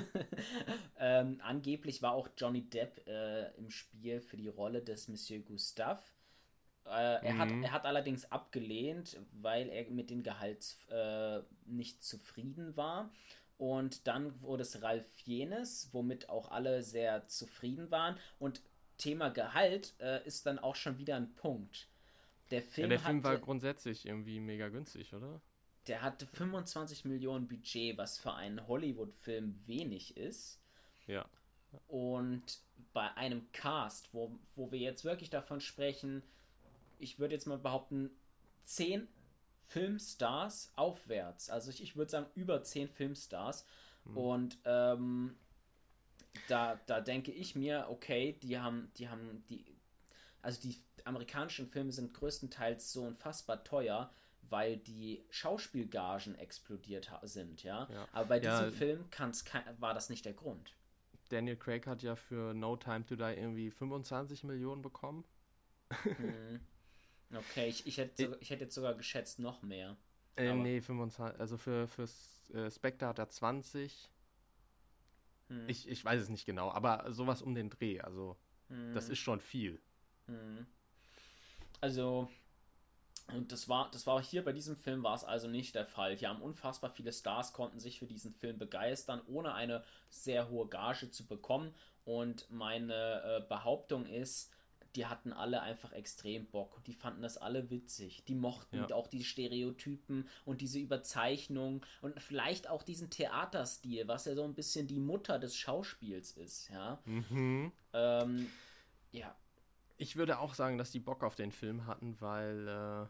ähm, angeblich war auch Johnny Depp äh, im Spiel für die Rolle des Monsieur Gustave. Äh, er, Mhm. hat, er hat allerdings abgelehnt, weil er mit dem Gehalt äh, nicht zufrieden war. Und dann wurde es Ralph Fiennes, womit auch alle sehr zufrieden waren. Und Thema Gehalt äh, ist dann auch schon wieder ein Punkt. Der Film, Ja, der Film hatte, war grundsätzlich irgendwie mega günstig, oder? der hatte fünfundzwanzig Millionen Budget, was für einen Hollywood-Film wenig ist. Ja. Und bei einem Cast, wo, wo wir jetzt wirklich davon sprechen, ich würde jetzt mal behaupten, zehn Filmstars aufwärts. Also ich, ich würde sagen, über zehn Filmstars. Hm. Und ähm, da, da denke ich mir, okay, die haben, die haben, die, also die amerikanischen Filme sind größtenteils so unfassbar teuer, weil die Schauspielgagen explodiert ha- sind, ja. Ja. Aber bei Ja. diesem Film kann's kein, war das nicht der Grund. Daniel Craig hat ja für No Time to Die irgendwie fünfundzwanzig Millionen bekommen. Hm. Okay, ich, ich, hätte, so- ich hätte jetzt sogar geschätzt noch mehr. Äh, Aber- nee, fünfundzwanzig. Also für, für äh, Spectre hat er zwanzig. Hm. Ich, ich weiß es nicht genau, aber sowas um den Dreh. Also, Hm. das ist schon viel. Hm. Also, und das war, das war hier bei diesem Film war es also nicht der Fall. Hier haben unfassbar viele Stars konnten sich für diesen Film begeistern, ohne eine sehr hohe Gage zu bekommen. Und meine äh, Behauptung ist, die hatten alle einfach extrem Bock und die fanden das alle witzig. Die mochten Ja. auch die Stereotypen und diese Überzeichnung und vielleicht auch diesen Theaterstil, was ja so ein bisschen die Mutter des Schauspiels ist, ja. Mhm. Ähm, ja. Ich würde auch sagen, dass die Bock auf den Film hatten, weil äh,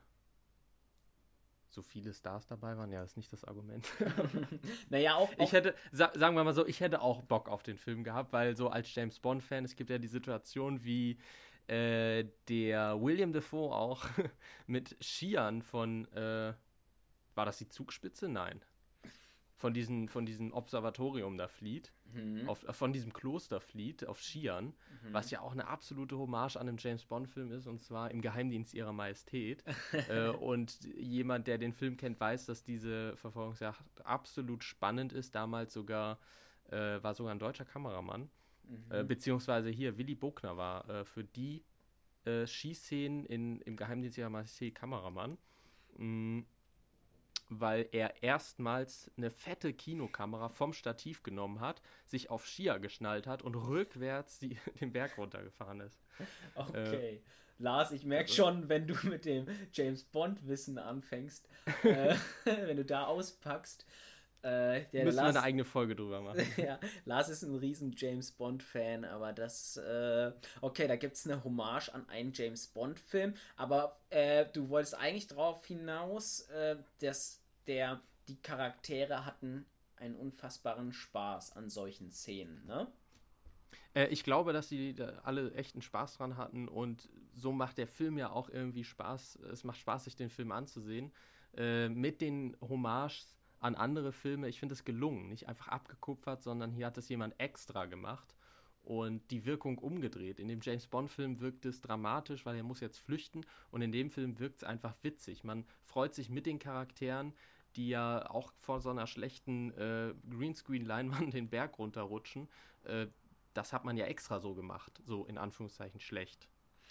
so viele Stars dabei waren. Ja, ist nicht das Argument. Naja, auch, auch Ich hätte, sa sagen wir mal so, ich hätte auch Bock auf den Film gehabt, weil so als James Bond-Fan, es gibt ja die Situation, wie äh, der William Dafoe auch mit Skiern von, äh, war das die Zugspitze? Nein. Von, diesen, von diesem Observatorium da flieht, Mhm. auf, von diesem Kloster flieht, auf Skiern, Mhm. was ja auch eine absolute Hommage an einem James Bond-Film ist, und zwar im Geheimdienst ihrer Majestät. äh, und jemand, der den Film kennt, weiß, dass diese Verfolgungsjagd absolut spannend ist. Damals sogar, äh, war sogar ein deutscher Kameramann, Mhm. äh, beziehungsweise hier, Willy Bogner war äh, für die äh, Schießszenen in, im Geheimdienst ihrer Majestät Kameramann. Mm, weil er erstmals eine fette Kinokamera vom Stativ genommen hat, sich auf Skier geschnallt hat und rückwärts die, den Berg runtergefahren ist. Okay. Lars, ich merke schon, wenn du mit dem James Bond-Wissen anfängst, äh, wenn du da auspackst, äh, der Müssen wir Lars, eine eigene Folge drüber machen. ja, Lars ist ein riesen James Bond-Fan, aber das, äh, okay, da gibt es eine Hommage an einen James Bond-Film, aber äh, du wolltest eigentlich darauf hinaus, äh, dass der, die Charaktere hatten einen unfassbaren Spaß an solchen Szenen, ne? Äh, ich glaube, dass sie da alle echten Spaß dran hatten, und so macht der Film ja auch irgendwie Spaß. Es macht Spaß, sich den Film anzusehen. Äh, mit den Hommages an andere Filme. Ich finde es gelungen. Nicht einfach abgekupfert, sondern hier hat es jemand extra gemacht und die Wirkung umgedreht. In dem James-Bond-Film wirkt es dramatisch, weil er muss jetzt flüchten, und in dem Film wirkt es einfach witzig. Man freut sich mit den Charakteren, die ja auch vor so einer schlechten äh, Greenscreen-Leinwand den Berg runterrutschen. Äh, das hat man ja extra so gemacht, so in Anführungszeichen schlecht.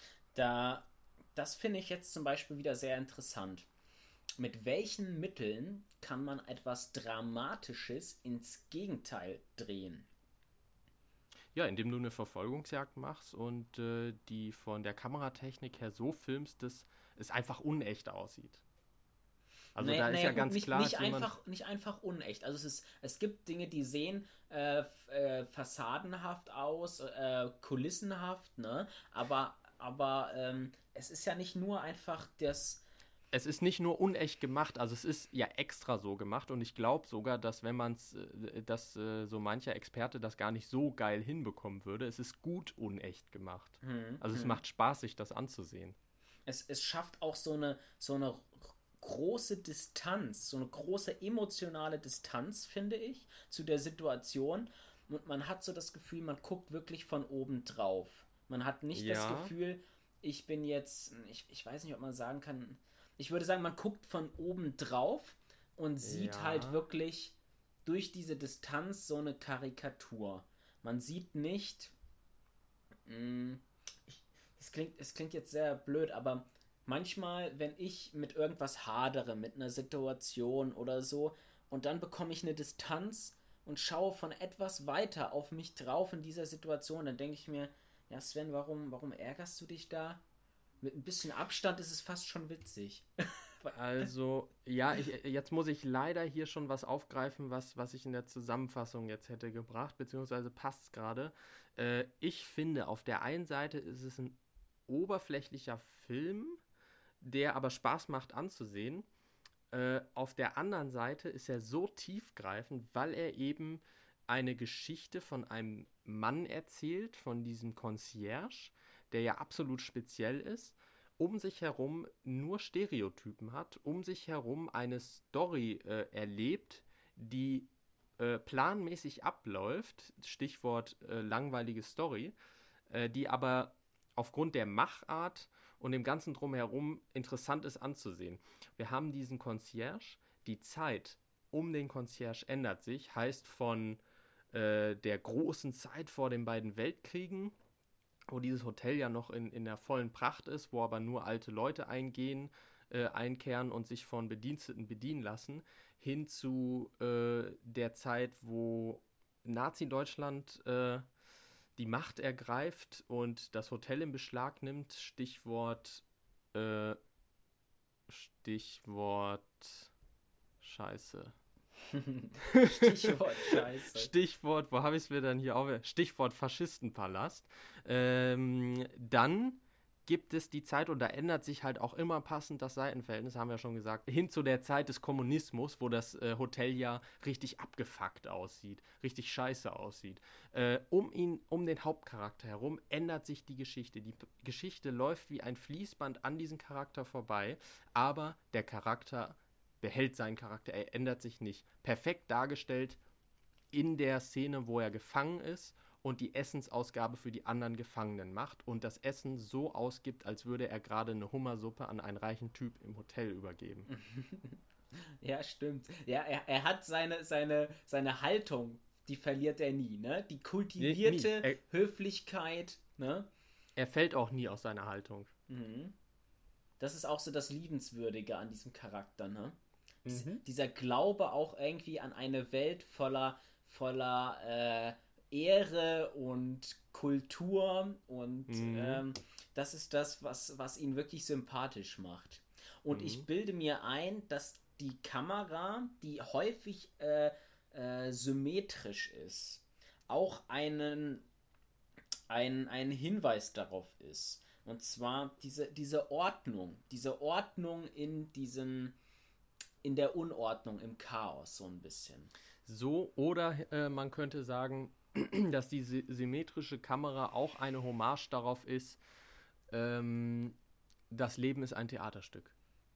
Da, das finde ich jetzt zum Beispiel wieder sehr interessant. Mit welchen Mitteln kann man etwas Dramatisches ins Gegenteil drehen? Ja, indem du eine Verfolgungsjagd machst und äh, die von der Kameratechnik her so filmst, dass es einfach unecht aussieht. Also Nee, da ist nee, ja gut, ganz nicht, klar, nicht, jemand- einfach, nicht einfach unecht. Also es, ist, es gibt Dinge, die sehen äh, f- äh, fassadenhaft aus, äh, kulissenhaft, ne? Aber, aber ähm, es ist ja nicht nur einfach das. es ist nicht nur unecht gemacht, also es ist ja extra so gemacht, und ich glaube sogar, dass wenn man es, äh, dass äh, so mancher Experte das gar nicht so geil hinbekommen würde, es ist gut unecht gemacht. Hm, Also es hm. macht Spaß, sich das anzusehen. Es, es schafft auch so eine, so eine große Distanz, so eine große emotionale Distanz, finde ich, zu der Situation. Und man hat so das Gefühl, man guckt wirklich von oben drauf. Man hat nicht das Ja. Gefühl, ich bin jetzt, ich, ich weiß nicht, ob man sagen kann, ich würde sagen, man guckt von oben drauf, und sieht Ja. halt wirklich durch diese Distanz so eine Karikatur. Man sieht nicht, mh, ich, das klingt, es klingt jetzt sehr blöd, aber manchmal, wenn ich mit irgendwas hadere, mit einer Situation oder so, und dann bekomme ich eine Distanz und schaue von etwas weiter auf mich drauf in dieser Situation, dann denke ich mir, ja Sven, warum, warum ärgerst du dich da? Mit ein bisschen Abstand ist es fast schon witzig. Also, ja, ich, jetzt muss ich leider hier schon was aufgreifen, was, was ich in der Zusammenfassung jetzt hätte gebracht, beziehungsweise passt es gerade. Äh, ich finde, auf der einen Seite ist es ein oberflächlicher Film, der aber Spaß macht anzusehen. Äh, auf der anderen Seite ist er so tiefgreifend, weil er eben eine Geschichte von einem Mann erzählt, von diesem Concierge, der ja absolut speziell ist, um sich herum nur Stereotypen hat, um sich herum eine Story äh, erlebt, die äh, planmäßig abläuft, Stichwort äh, langweilige Story, äh, die aber aufgrund der Machart und dem Ganzen drumherum interessant ist anzusehen. Wir haben diesen Concierge, die Zeit um den Concierge ändert sich, heißt von äh, der großen Zeit vor den beiden Weltkriegen, wo dieses Hotel ja noch in, in der vollen Pracht ist, wo aber nur alte Leute eingehen, äh, einkehren und sich von Bediensteten bedienen lassen, hin zu äh, der Zeit, wo Nazi-Deutschland äh, die Macht ergreift und das Hotel in Beschlag nimmt. Stichwort äh, Stichwort Scheiße. Stichwort Scheiße. Stichwort, wo habe ich es mir dann hier auf? Stichwort Faschistenpalast. Ähm, dann gibt es die Zeit, und da ändert sich halt auch immer passend das Seitenverhältnis, haben wir ja schon gesagt, hin zu der Zeit des Kommunismus, wo das äh, Hotel ja richtig abgefuckt aussieht, richtig scheiße aussieht. Äh, um ihn, um den Hauptcharakter herum ändert sich die Geschichte. Die P- Geschichte läuft wie ein Fließband an diesen Charakter vorbei, aber der Charakter behält seinen Charakter, er ändert sich nicht. Perfekt dargestellt in der Szene, wo er gefangen ist und die Essensausgabe für die anderen Gefangenen macht und das Essen so ausgibt, als würde er gerade eine Hummersuppe an einen reichen Typ im Hotel übergeben. Ja, stimmt. Ja, er, er hat seine, seine, seine Haltung, die verliert er nie, ne? Die kultivierte Nie. Er- Höflichkeit, ne? Er fällt auch nie aus seiner Haltung. Mhm. Das ist auch so das Liebenswürdige an diesem Charakter, ne? Dies, Mhm. dieser Glaube auch irgendwie an eine Welt voller, voller äh, Ehre und Kultur und Mhm. ähm, das ist das, was, was ihn wirklich sympathisch macht. Und Mhm. ich bilde mir ein, dass die Kamera, die häufig äh, äh, symmetrisch ist, auch einen, ein, ein Hinweis darauf ist. Und zwar diese, diese Ordnung, diese Ordnung in diesem, in der Unordnung, im Chaos so ein bisschen. So, oder äh, man könnte sagen, dass die sy- symmetrische Kamera auch eine Hommage darauf ist, ähm, das Leben ist ein Theaterstück.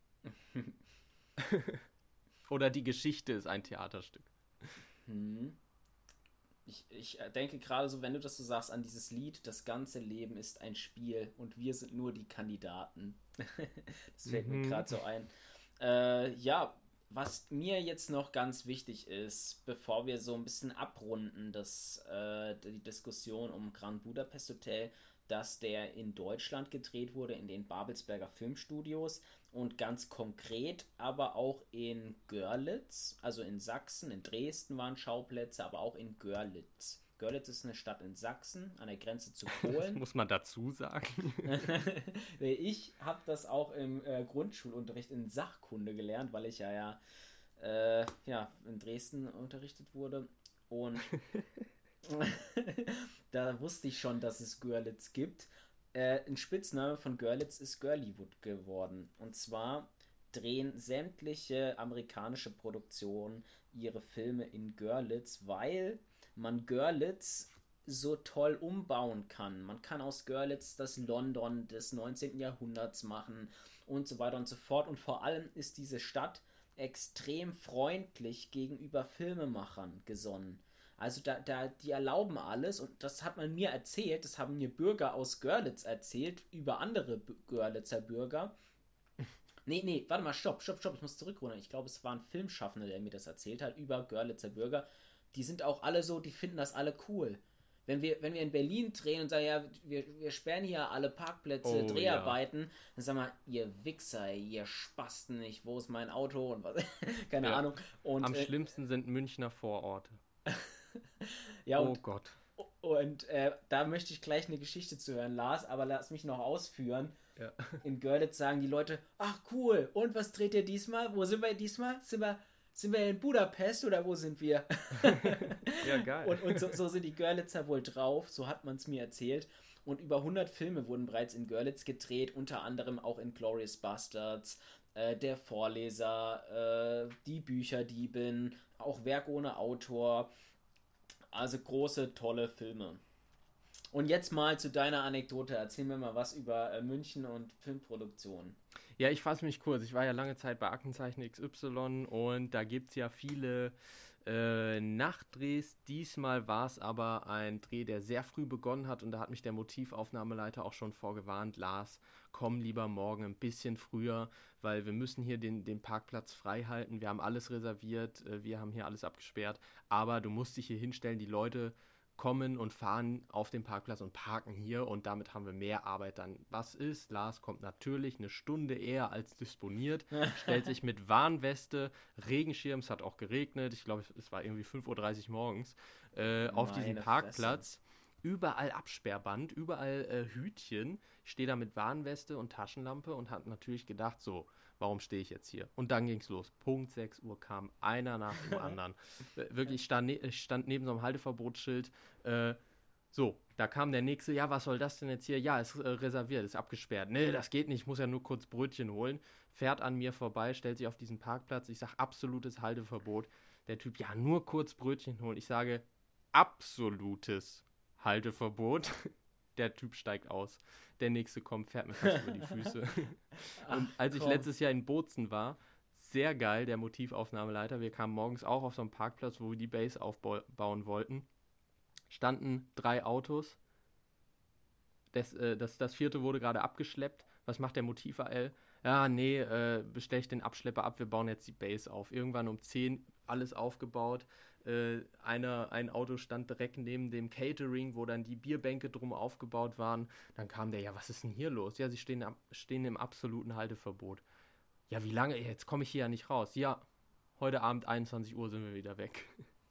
Oder die Geschichte ist ein Theaterstück. Hm. Ich, ich denke gerade so, wenn du das so sagst, an dieses Lied, das ganze Leben ist ein Spiel und wir sind nur die Kandidaten. Das fällt Mhm. mir gerade so ein. Äh, ja, was mir jetzt noch ganz wichtig ist, bevor wir so ein bisschen abrunden, das, äh, die Diskussion um Grand Budapest Hotel, dass der in Deutschland gedreht wurde, in den Babelsberger Filmstudios und ganz konkret aber auch in Görlitz, also in Sachsen, in Dresden waren Schauplätze, aber auch in Görlitz. Görlitz ist eine Stadt in Sachsen, an der Grenze zu Das Polen. muss man dazu sagen. Ich habe das auch im äh, Grundschulunterricht in Sachkunde gelernt, weil ich ja, ja, äh, ja in Dresden unterrichtet wurde. Und da wusste ich schon, dass es Görlitz gibt. Äh, ein Spitzname von Görlitz ist Görliwood geworden. Und zwar drehen sämtliche amerikanische Produktionen ihre Filme in Görlitz, weil man Görlitz so toll umbauen kann. Man kann aus Görlitz das London des neunzehnten Jahrhunderts machen und so weiter und so fort. Und vor allem ist diese Stadt extrem freundlich gegenüber Filmemachern gesonnen. Also da, da, die erlauben alles und das hat man mir erzählt, das haben mir Bürger aus Görlitz erzählt, über andere B- Görlitzer Bürger. Nee, nee, warte mal, stopp, stopp, stopp, ich muss zurückrudern. Ich glaube, es war ein Filmschaffender, der mir das erzählt hat, über Görlitzer Bürger. Die sind auch alle so, die finden das alle cool. Wenn wir, wenn wir in Berlin drehen und sagen, ja, wir, wir sperren hier alle Parkplätze, Oh Dreharbeiten, ja. Dann sagen wir, ihr Wichser, ihr Spasten nicht, wo ist mein Auto und was, keine ja. Ahnung. Und, Am äh, schlimmsten sind Münchner Vororte. ja, oh und, Gott. Und äh, da möchte ich gleich eine Geschichte zu hören, Lars, aber lass mich noch ausführen. Ja. In Görlitz sagen die Leute, ach cool, und was dreht ihr diesmal? Wo sind wir diesmal? Sind wir, sind wir in Budapest oder wo sind wir? Ja, geil. Und, und so, so sind die Görlitzer wohl drauf, so hat man es mir erzählt. Und über hundert Filme wurden bereits in Görlitz gedreht, unter anderem auch in Glorious Bastards, äh, Der Vorleser, äh, Die Bücherdiebin, auch Werk ohne Autor. Also große, tolle Filme. Und jetzt mal zu deiner Anekdote. Erzähl mir mal was über äh, München und Filmproduktion. Ja, ich fasse mich kurz. Ich war ja lange Zeit bei Aktenzeichen X Y und da gibt es ja viele äh, Nachtdrehs. Diesmal war es aber ein Dreh, der sehr früh begonnen hat und da hat mich der Motivaufnahmeleiter auch schon vorgewarnt. Lars, komm lieber morgen ein bisschen früher, weil wir müssen hier den, den Parkplatz frei halten. Wir haben alles reserviert, äh, wir haben hier alles abgesperrt, aber du musst dich hier hinstellen, die Leute kommen und fahren auf den Parkplatz und parken hier und damit haben wir mehr Arbeit dann. Was ist? Lars kommt natürlich eine Stunde eher als disponiert, stellt sich mit Warnweste, Regenschirm, es hat auch geregnet, ich glaube, es war irgendwie fünf Uhr dreißig morgens, äh, auf diesen Parkplatz. Fresse. Überall Absperrband, überall äh, Hütchen. Ich stehe da mit Warnweste und Taschenlampe und habe natürlich gedacht, so, warum stehe ich jetzt hier? Und dann ging es los. Punkt sechs Uhr kam einer nach dem anderen. Wirklich, ich stand, ne- ich stand neben so einem Halteverbotsschild. Äh, so, da kam der Nächste. Ja, was soll das denn jetzt hier? Ja, ist äh, reserviert, ist abgesperrt. Nee, das geht nicht, ich muss ja nur kurz Brötchen holen. Fährt an mir vorbei, stellt sich auf diesen Parkplatz. Ich sage, absolutes Halteverbot. Der Typ, ja, nur kurz Brötchen holen. Ich sage, absolutes Halteverbot. Der Typ steigt aus. Der Nächste kommt, fährt mir fast über die Füße. Und als ich letztes Jahr in Bozen war, sehr geil, der Motivaufnahmeleiter. Wir kamen morgens auch auf so einen Parkplatz, wo wir die Base aufbauen wollten. Standen drei Autos. Das, äh, das, das vierte wurde gerade abgeschleppt. Was macht der Motiv-A L? Ja, nee, äh, bestell ich den Abschlepper ab, wir bauen jetzt die Base auf. Irgendwann um zehn alles aufgebaut. Äh, einer, ein Auto stand direkt neben dem Catering, wo dann die Bierbänke drum aufgebaut waren. Dann kam der, ja, was ist denn hier los? Ja, sie stehen, stehen im absoluten Halteverbot. Ja, wie lange? Jetzt komme ich hier ja nicht raus. Ja, heute Abend einundzwanzig Uhr sind wir wieder weg.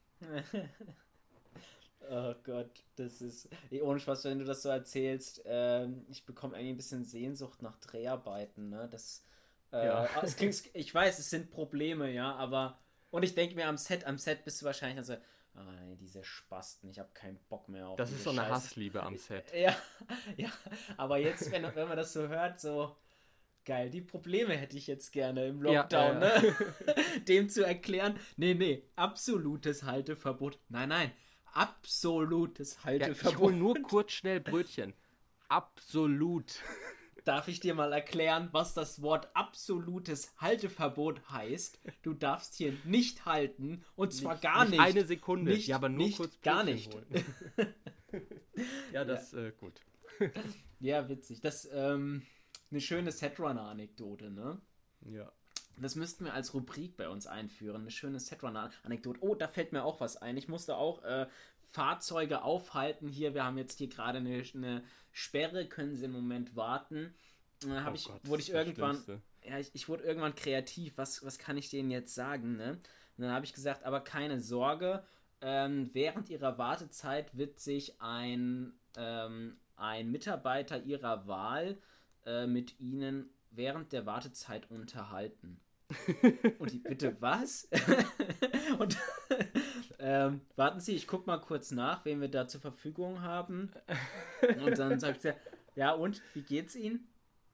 Oh Gott, das ist... Ohne Spaß, wenn du das so erzählst, ähm, ich bekomme irgendwie ein bisschen Sehnsucht nach Dreharbeiten, ne? Das, äh, ja. es klingt, ich weiß, es sind Probleme, ja, aber... Und ich denke mir, am Set, am Set bist du wahrscheinlich also, oh nee, diese Spasten, ich habe keinen Bock mehr auf Das ist so eine Scheiße. Hassliebe am Set. Ja, ja, aber jetzt, wenn, wenn man das so hört, so... Geil, die Probleme hätte ich jetzt gerne im Lockdown, ja, äh, ne? Dem zu erklären, nee, nee, absolutes Halteverbot. Nein, nein, absolutes Halteverbot. Ja, ich hol nur kurz schnell Brötchen. Absolut. Darf ich dir mal erklären, was das Wort absolutes Halteverbot heißt? Du darfst hier nicht halten und zwar nicht, gar nicht. Nicht eine Sekunde, nicht, ja, aber nur nicht, kurz Brötchen gar nicht. holen. Ja, das ist ja. äh, gut. Ja, witzig. Das, ähm... eine schöne Setrunner-Anekdote, ne? Ja. Das müssten wir als Rubrik bei uns einführen. Eine schöne Setrunner-Anekdote. Oh, da fällt mir auch was ein. Ich musste auch äh, Fahrzeuge aufhalten hier. Wir haben jetzt hier gerade eine, eine Sperre, können Sie im Moment warten. Da hab oh ich, Gott, wurde ich irgendwann, Schlimmste. ja, ich, ich wurde irgendwann kreativ. Was, was kann ich denen jetzt sagen, ne? Und dann habe ich gesagt, aber keine Sorge. Ähm, während Ihrer Wartezeit wird sich ein, ähm, ein Mitarbeiter Ihrer Wahl mit ihnen während der Wartezeit unterhalten. Und die, bitte was? Und ähm, warten Sie, ich guck mal kurz nach, wen wir da zur Verfügung haben. Und dann sagt er, ja und, wie geht's Ihnen?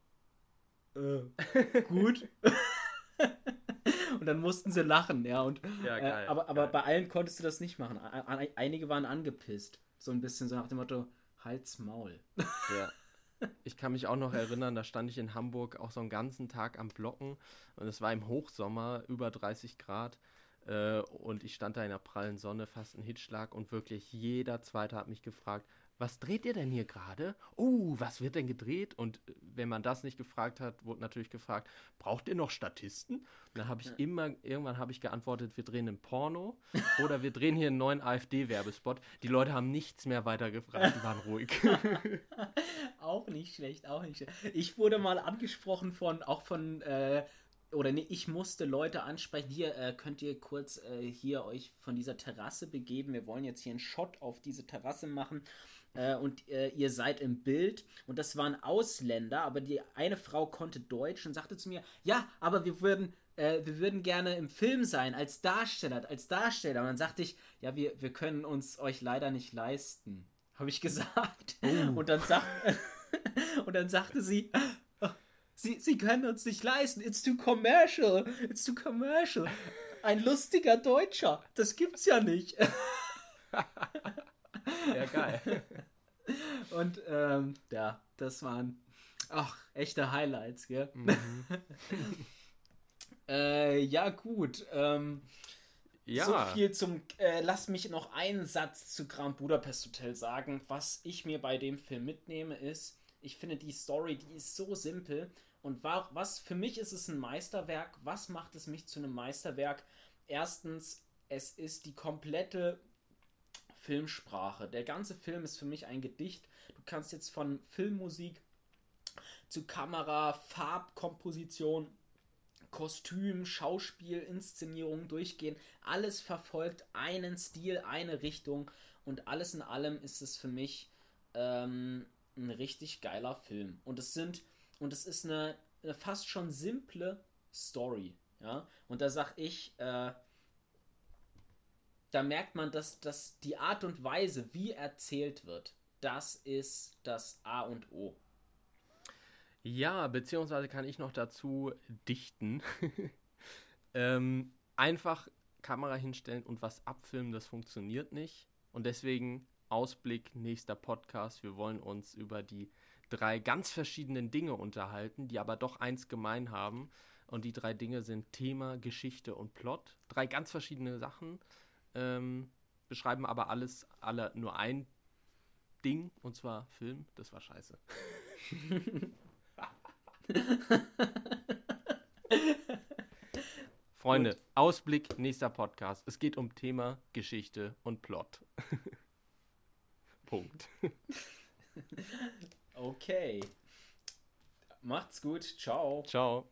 Äh, gut. Und dann mussten sie lachen, ja. Und, ja geil, äh, aber aber geil. bei allen konntest du das nicht machen. Einige waren angepisst. So ein bisschen so nach dem Motto, Halt's Maul. Ja. Ich kann mich auch noch erinnern, da stand ich in Hamburg auch so einen ganzen Tag am Blocken und es war im Hochsommer, über dreißig Grad äh, und ich stand da in der prallen Sonne, fast ein Hitzschlag und wirklich jeder Zweite hat mich gefragt, was dreht ihr denn hier gerade? Oh, was wird denn gedreht? Und wenn man das nicht gefragt hat, wurde natürlich gefragt, braucht ihr noch Statisten? Und dann habe ich ja. immer, irgendwann habe ich geantwortet, wir drehen ein Porno oder wir drehen hier einen neuen AfD-Werbespot. Die Leute haben nichts mehr weiter gefragt, die waren ruhig. Auch nicht schlecht, auch nicht schlecht. Ich wurde mal angesprochen von, auch von, äh, oder nee, ich musste Leute ansprechen, hier äh, könnt ihr kurz äh, hier euch von dieser Terrasse begeben, wir wollen jetzt hier einen Shot auf diese Terrasse machen. Äh, und äh, ihr seid im Bild und das waren Ausländer, aber die eine Frau konnte Deutsch und sagte zu mir, ja, aber wir würden, äh, wir würden gerne im Film sein, als Darsteller, als Darsteller. Und dann sagte ich, ja, wir, wir können uns euch leider nicht leisten, habe ich gesagt. Oh. Und, dann sag, und dann sagte sie, oh, sie, sie können uns nicht leisten, it's too commercial, it's too commercial. Ein lustiger Deutscher, das gibt's ja nicht. Ja, geil. Und ähm, ja, das waren ach, echte Highlights, gell? Mhm. äh, ja, gut. Ähm, ja. So viel zum, äh, lass mich noch einen Satz zu Grand Budapest Hotel sagen. Was ich mir bei dem Film mitnehme, ist, ich finde die Story, die ist so simpel. Und war, was für mich ist es ein Meisterwerk. Was macht es mich zu einem Meisterwerk? Erstens, es ist die komplette Filmsprache. Der ganze Film ist für mich ein Gedicht. Du kannst jetzt von Filmmusik zu Kamera, Farbkomposition, Kostüm, Schauspiel, Inszenierung durchgehen. Alles verfolgt einen Stil, eine Richtung und alles in allem ist es für mich ähm, ein richtig geiler Film. Und es sind und es ist eine, eine fast schon simple Story. Ja? Und da sag ich, äh, da merkt man, dass, dass die Art und Weise, wie erzählt wird, das ist das A und O. Ja, beziehungsweise kann ich noch dazu dichten. ähm, einfach Kamera hinstellen und was abfilmen, das funktioniert nicht. Und deswegen Ausblick, nächster Podcast. Wir wollen uns über die drei ganz verschiedenen Dinge unterhalten, die aber doch eins gemein haben. Und die drei Dinge sind Thema, Geschichte und Plot. Drei ganz verschiedene Sachen. Ähm, beschreiben aber alles, alle nur ein Ding, und zwar Film. Das war scheiße. Freunde, Ausblick, nächster Podcast. Es geht um Thema, Geschichte und Plot. Punkt. Okay. Macht's gut. Ciao. Ciao.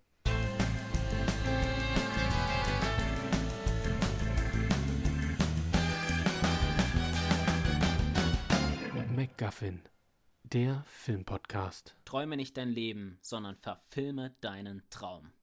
MacGuffin, der Filmpodcast. Träume nicht dein Leben, sondern verfilme deinen Traum.